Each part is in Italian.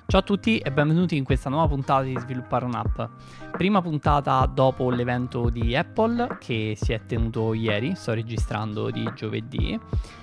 Ciao a tutti e benvenuti in questa nuova puntata di Sviluppare un'app. Prima puntata dopo l'evento di Apple che si è tenuto ieri, sto registrando di giovedì.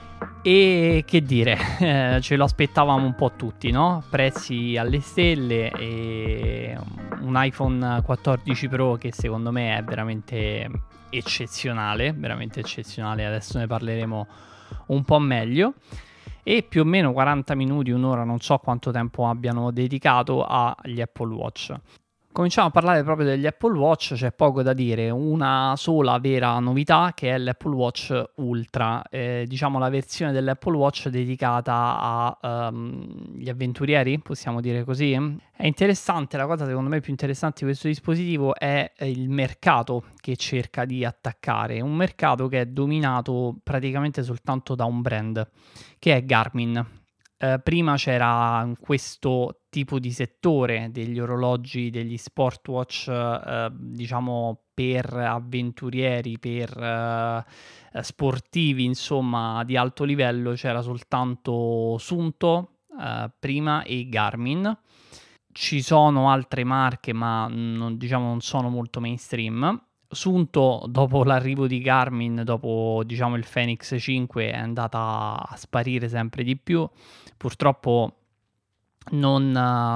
E che dire, ce lo aspettavamo un po' tutti, no? Prezzi alle stelle e un iPhone 14 Pro che secondo me è veramente eccezionale, adesso ne parleremo un po' meglio. E più o meno 40 minuti, un'ora, non so quanto tempo abbiano dedicato agli Apple Watch. Cominciamo a parlare proprio degli Apple Watch, c'è poco da dire, una sola vera novità che è l'Apple Watch Ultra, diciamo la versione dell'Apple Watch dedicata agli avventurieri, possiamo dire così. È interessante, la cosa secondo me più interessante di questo dispositivo è il mercato che cerca di attaccare, un mercato che è dominato praticamente soltanto da un brand, che è Garmin. Prima c'era questo tipo di settore degli orologi, degli smartwatch, diciamo per avventurieri, per sportivi, insomma, di alto livello, c'era soltanto Sunto, prima, e Garmin. Ci sono altre marche, ma non sono molto mainstream. Sunto, dopo l'arrivo di Garmin, dopo diciamo il Fenix 5, è andata a sparire sempre di più. Purtroppo non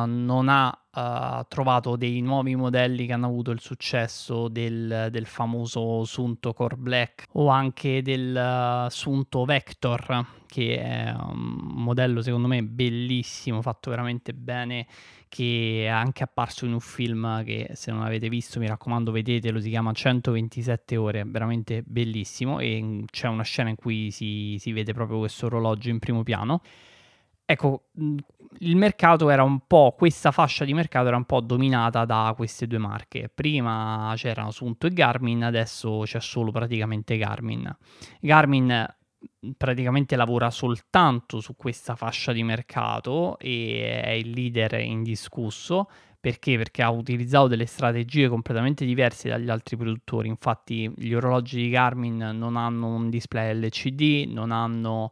ha trovato dei nuovi modelli che hanno avuto il successo del famoso Sunto Core Black o anche del Sunto Vector, che è un modello secondo me bellissimo, fatto veramente bene, che è anche apparso in un film che, se non avete visto, mi raccomando vedetelo, si chiama 127 ore, veramente bellissimo, e c'è una scena in cui si vede proprio questo orologio in primo piano. Ecco, il mercato era un po', questa fascia di mercato era un po' dominata da queste due marche. Prima c'erano Sunto e Garmin, adesso c'è solo praticamente Garmin. Garmin praticamente lavora soltanto su questa fascia di mercato e è il leader indiscusso. Perché? Perché ha utilizzato delle strategie completamente diverse dagli altri produttori. Infatti gli orologi di Garmin non hanno un display LCD, non hanno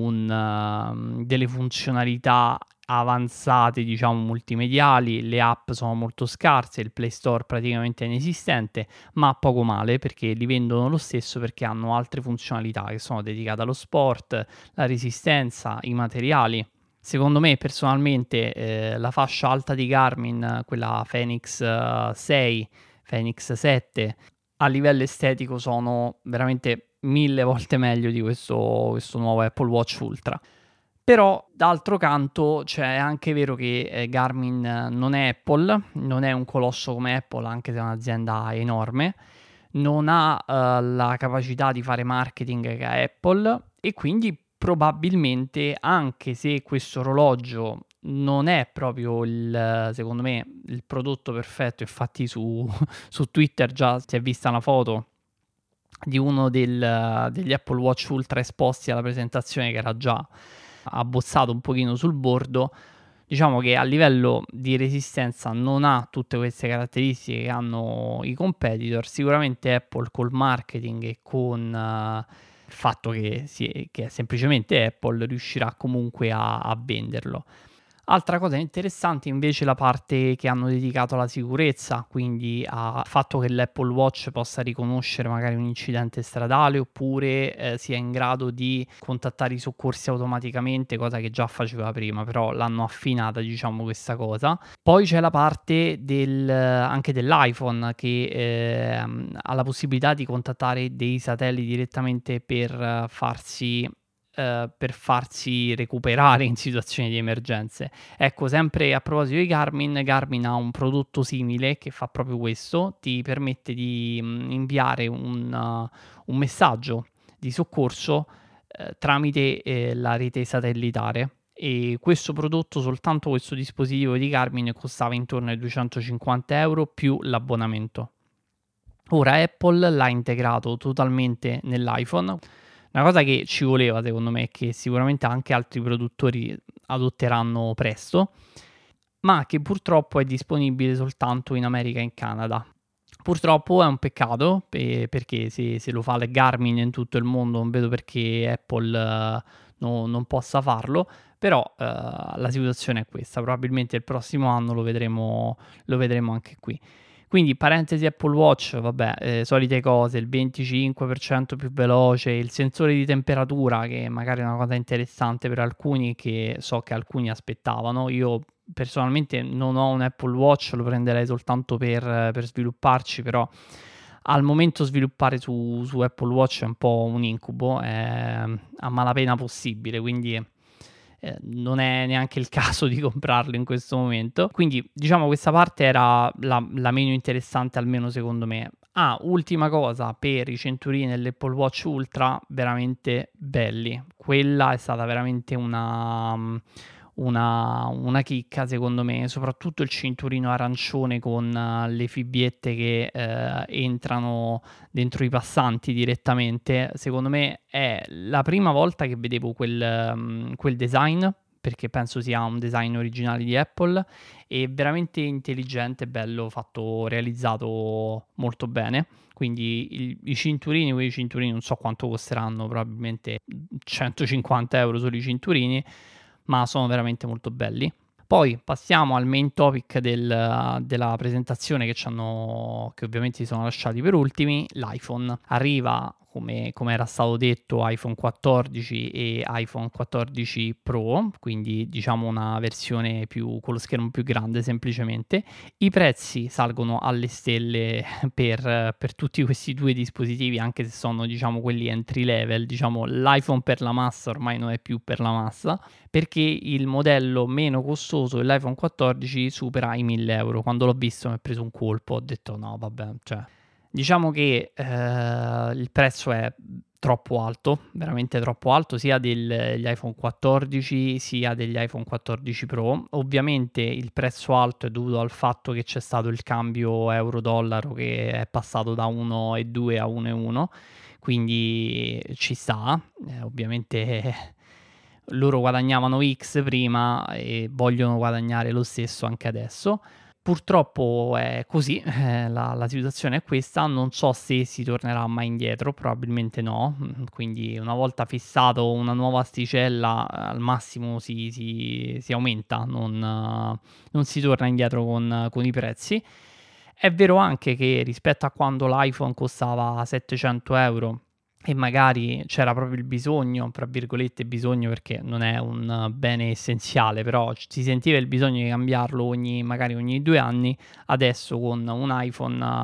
delle funzionalità avanzate, diciamo multimediali, le app sono molto scarse, il Play Store praticamente è inesistente, ma poco male perché li vendono lo stesso, perché hanno altre funzionalità che sono dedicate allo sport, la resistenza, i materiali. Secondo me personalmente la fascia alta di Garmin, quella Fenix 6, Fenix 7, a livello estetico sono veramente 1000 volte meglio di questo nuovo Apple Watch Ultra. Però d'altro canto è anche vero che Garmin non è Apple, non è un colosso come Apple, anche se è un'azienda enorme, non ha la capacità di fare marketing che ha Apple, e quindi probabilmente, anche se questo orologio non è proprio secondo me il prodotto perfetto, infatti su Twitter già si è vista una foto di uno degli Apple Watch Ultra esposti alla presentazione che era già abbozzato un pochino sul bordo. Diciamo che a livello di resistenza non ha tutte queste caratteristiche che hanno i competitor. Sicuramente Apple col marketing e con il fatto che è semplicemente Apple riuscirà comunque a venderlo. Altra cosa interessante invece è la parte che hanno dedicato alla sicurezza, quindi al fatto che l'Apple Watch possa riconoscere magari un incidente stradale, oppure sia in grado di contattare i soccorsi automaticamente, cosa che già faceva prima, però l'hanno affinata, diciamo, questa cosa. Poi c'è la parte anche dell'iPhone, che ha la possibilità di contattare dei satelliti direttamente per farsi recuperare in situazioni di emergenze. Ecco, sempre a proposito di Garmin, Garmin ha un prodotto simile che fa proprio questo, ti permette di inviare un messaggio di soccorso tramite la rete satellitare. E questo prodotto, soltanto questo dispositivo di Garmin, costava intorno ai 250 euro più l'abbonamento. Ora Apple l'ha integrato totalmente nell'iPhone. Una cosa che ci voleva, secondo me, che sicuramente anche altri produttori adotteranno presto, ma che purtroppo è disponibile soltanto in America e in Canada. Purtroppo è un peccato, perché se lo fa le Garmin in tutto il mondo, non vedo perché Apple non possa farlo, però la situazione è questa, probabilmente il prossimo anno lo vedremo anche qui. Quindi parentesi Apple Watch, vabbè, solite cose, il 25% più veloce, il sensore di temperatura, che magari è una cosa interessante per alcuni, che so che alcuni aspettavano. Io personalmente non ho un Apple Watch, lo prenderei soltanto per svilupparci, però al momento sviluppare su Apple Watch è un po' un incubo, è a malapena possibile, quindi non è neanche il caso di comprarlo in questo momento. Quindi diciamo questa parte era la meno interessante, almeno secondo me. Ultima cosa, per i cinturini dell'Apple Watch Ultra, veramente belli. Quella è stata veramente una chicca secondo me, soprattutto il cinturino arancione con le fibbiette che entrano dentro i passanti direttamente. Secondo me è la prima volta che vedevo quel design, perché penso sia un design originale di Apple, e veramente intelligente, bello, fatto, realizzato molto bene. Quindi quei cinturini non so quanto costeranno, probabilmente 150 euro solo i cinturini, ma sono veramente molto belli. Poi passiamo al main topic della presentazione, che ovviamente si sono lasciati per ultimi. L'iPhone arriva, come era stato detto, iPhone 14 e iPhone 14 Pro, quindi diciamo una versione con lo schermo più grande semplicemente. I prezzi salgono alle stelle per tutti questi due dispositivi, anche se sono diciamo quelli entry level. Diciamo l'iPhone per la massa ormai non è più per la massa, perché il modello meno costoso dell'iPhone 14 supera i 1000 euro. Quando l'ho visto mi ha preso un colpo, ho detto no vabbè, cioè diciamo che il prezzo è troppo alto, veramente troppo alto, sia degli iPhone 14 sia degli iPhone 14 Pro. Ovviamente il prezzo alto è dovuto al fatto che c'è stato il cambio euro-dollaro, che è passato da 1,2 a 1,1, quindi ci sta, ovviamente loro guadagnavano X prima e vogliono guadagnare lo stesso anche adesso. Purtroppo è così, la situazione è questa, non so se si tornerà mai indietro, probabilmente no, quindi una volta fissato una nuova asticella al massimo si aumenta, non si torna indietro con i prezzi. È vero anche che rispetto a quando l'iPhone costava 700 euro e magari c'era proprio il bisogno, tra virgolette bisogno, perché non è un bene essenziale, però si sentiva il bisogno di cambiarlo magari ogni 2 anni. Adesso con un iPhone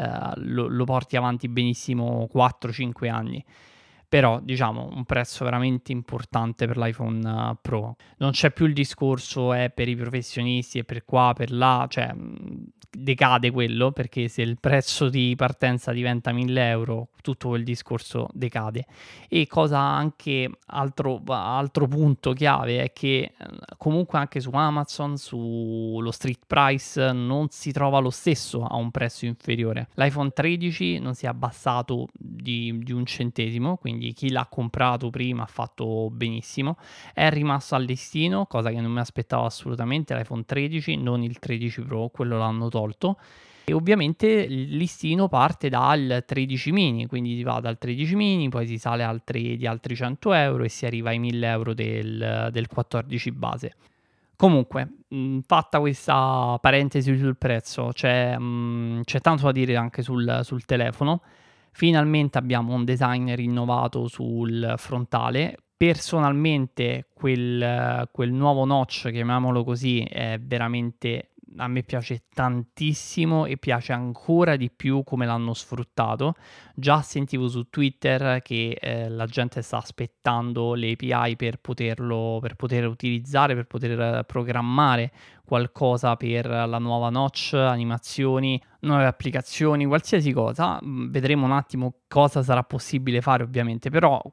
lo porti avanti benissimo 4-5 anni. Però diciamo un prezzo veramente importante per l'iPhone Pro. Non c'è più il discorso è per i professionisti e per qua, per là, cioè decade quello, perché se il prezzo di partenza diventa 1000 euro, tutto quel discorso decade. E cosa anche altro punto chiave è che comunque anche su Amazon, sullo street price, non si trova lo stesso a un prezzo inferiore. L'iPhone 13 non si è abbassato di un centesimo, quindi chi l'ha comprato prima ha fatto benissimo. È rimasto al listino, cosa che non mi aspettavo assolutamente, l'iPhone 13, non il 13 Pro, quello l'hanno tolto. E ovviamente il listino parte dal 13 mini, quindi si va dal 13 mini, poi si sale di altri 100 euro e si arriva ai 1000 euro del 14 base. Comunque, fatta questa parentesi sul prezzo, c'è tanto da dire anche sul telefono. Finalmente abbiamo un design rinnovato sul frontale. Personalmente quel nuovo notch, chiamiamolo così, è veramente, a me piace tantissimo e piace ancora di più come l'hanno sfruttato. Già sentivo su Twitter che la gente sta aspettando le API per poter utilizzare, per poter programmare qualcosa per la nuova notch, animazioni, nuove applicazioni, qualsiasi cosa. Vedremo un attimo cosa sarà possibile fare ovviamente, però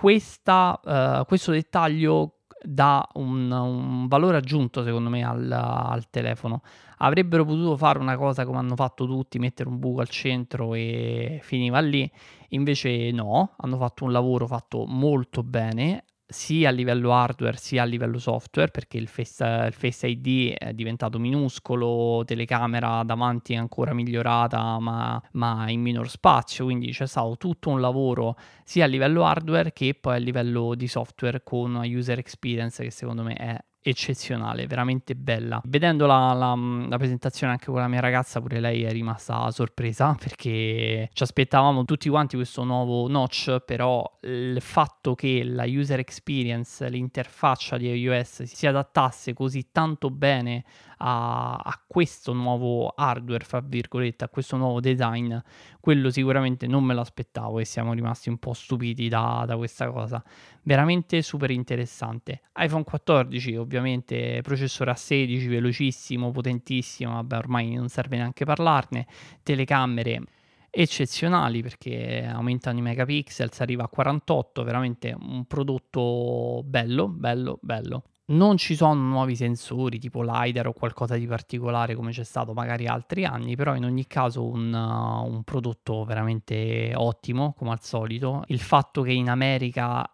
questo dettaglio dà un valore aggiunto secondo me al telefono. Avrebbero potuto fare una cosa come hanno fatto tutti, mettere un buco al centro e finiva lì, invece no, hanno fatto un lavoro fatto molto bene. sia a livello hardware sia a livello software, perché il Face ID è diventato minuscolo, telecamera davanti ancora migliorata ma in minor spazio, quindi c'è stato tutto un lavoro sia a livello hardware che poi a livello di software con una user experience che secondo me è eccezionale, veramente bella. Vedendo la presentazione anche con la mia ragazza, pure lei è rimasta sorpresa perché ci aspettavamo tutti quanti questo nuovo notch, però il fatto che la user experience, l'interfaccia di iOS si adattasse così tanto bene a questo nuovo hardware, fra virgolette, a questo nuovo design, quello sicuramente non me l'aspettavo e siamo rimasti un po' stupiti da questa cosa. Veramente super interessante. iPhone 14 ovviamente processore A16, velocissimo, potentissimo, vabbè ormai non serve neanche parlarne, telecamere eccezionali perché aumentano i megapixels, arriva a 48, veramente un prodotto bello, bello, bello. Non ci sono nuovi sensori tipo LiDAR o qualcosa di particolare come c'è stato magari altri anni, però in ogni caso un prodotto veramente ottimo come al solito. Il fatto che in America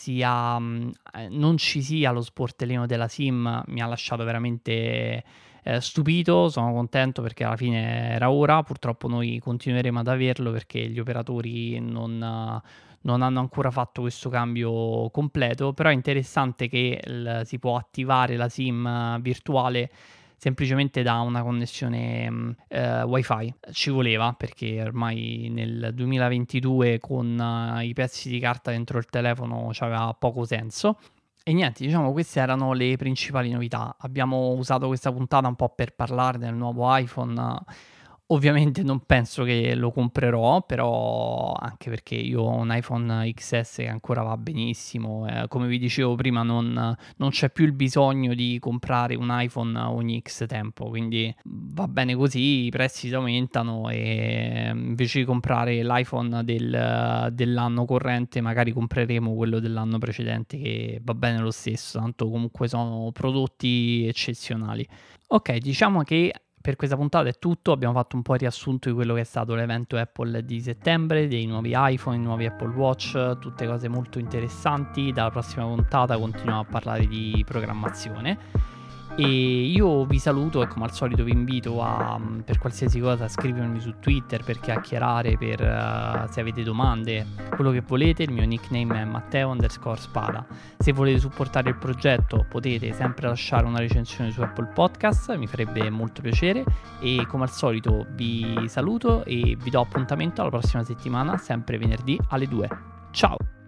non ci sia lo sportellino della SIM mi ha lasciato veramente stupito, sono contento perché alla fine era ora, purtroppo noi continueremo ad averlo perché gli operatori non hanno ancora fatto questo cambio completo, però è interessante che si può attivare la SIM virtuale semplicemente da una connessione wifi. Ci voleva perché ormai nel 2022 con i pezzi di carta dentro il telefono c'aveva poco senso. E niente, diciamo queste erano le principali novità. Abbiamo usato questa puntata un po' per parlare del nuovo iPhone. Ovviamente non penso che lo comprerò, però anche perché io ho un iPhone XS che ancora va benissimo. Come vi dicevo prima, non c'è più il bisogno di comprare un iPhone ogni X tempo, quindi va bene così, i prezzi aumentano e invece di comprare l'iPhone dell'anno corrente magari compreremo quello dell'anno precedente che va bene lo stesso, tanto comunque sono prodotti eccezionali. Ok, diciamo che per questa puntata è tutto, abbiamo fatto un po' il riassunto di quello che è stato l'evento Apple di settembre, dei nuovi iPhone, i nuovi Apple Watch, tutte cose molto interessanti. Dalla prossima puntata continuiamo a parlare di programmazione. E io vi saluto e come al solito vi invito per qualsiasi cosa a scrivermi su Twitter per chiacchierare, se avete domande, quello che volete. Il mio nickname è Matteo_Spada. Se volete supportare il progetto potete sempre lasciare una recensione su Apple Podcast, mi farebbe molto piacere. E come al solito vi saluto e vi do appuntamento alla prossima settimana, sempre venerdì alle 2. Ciao!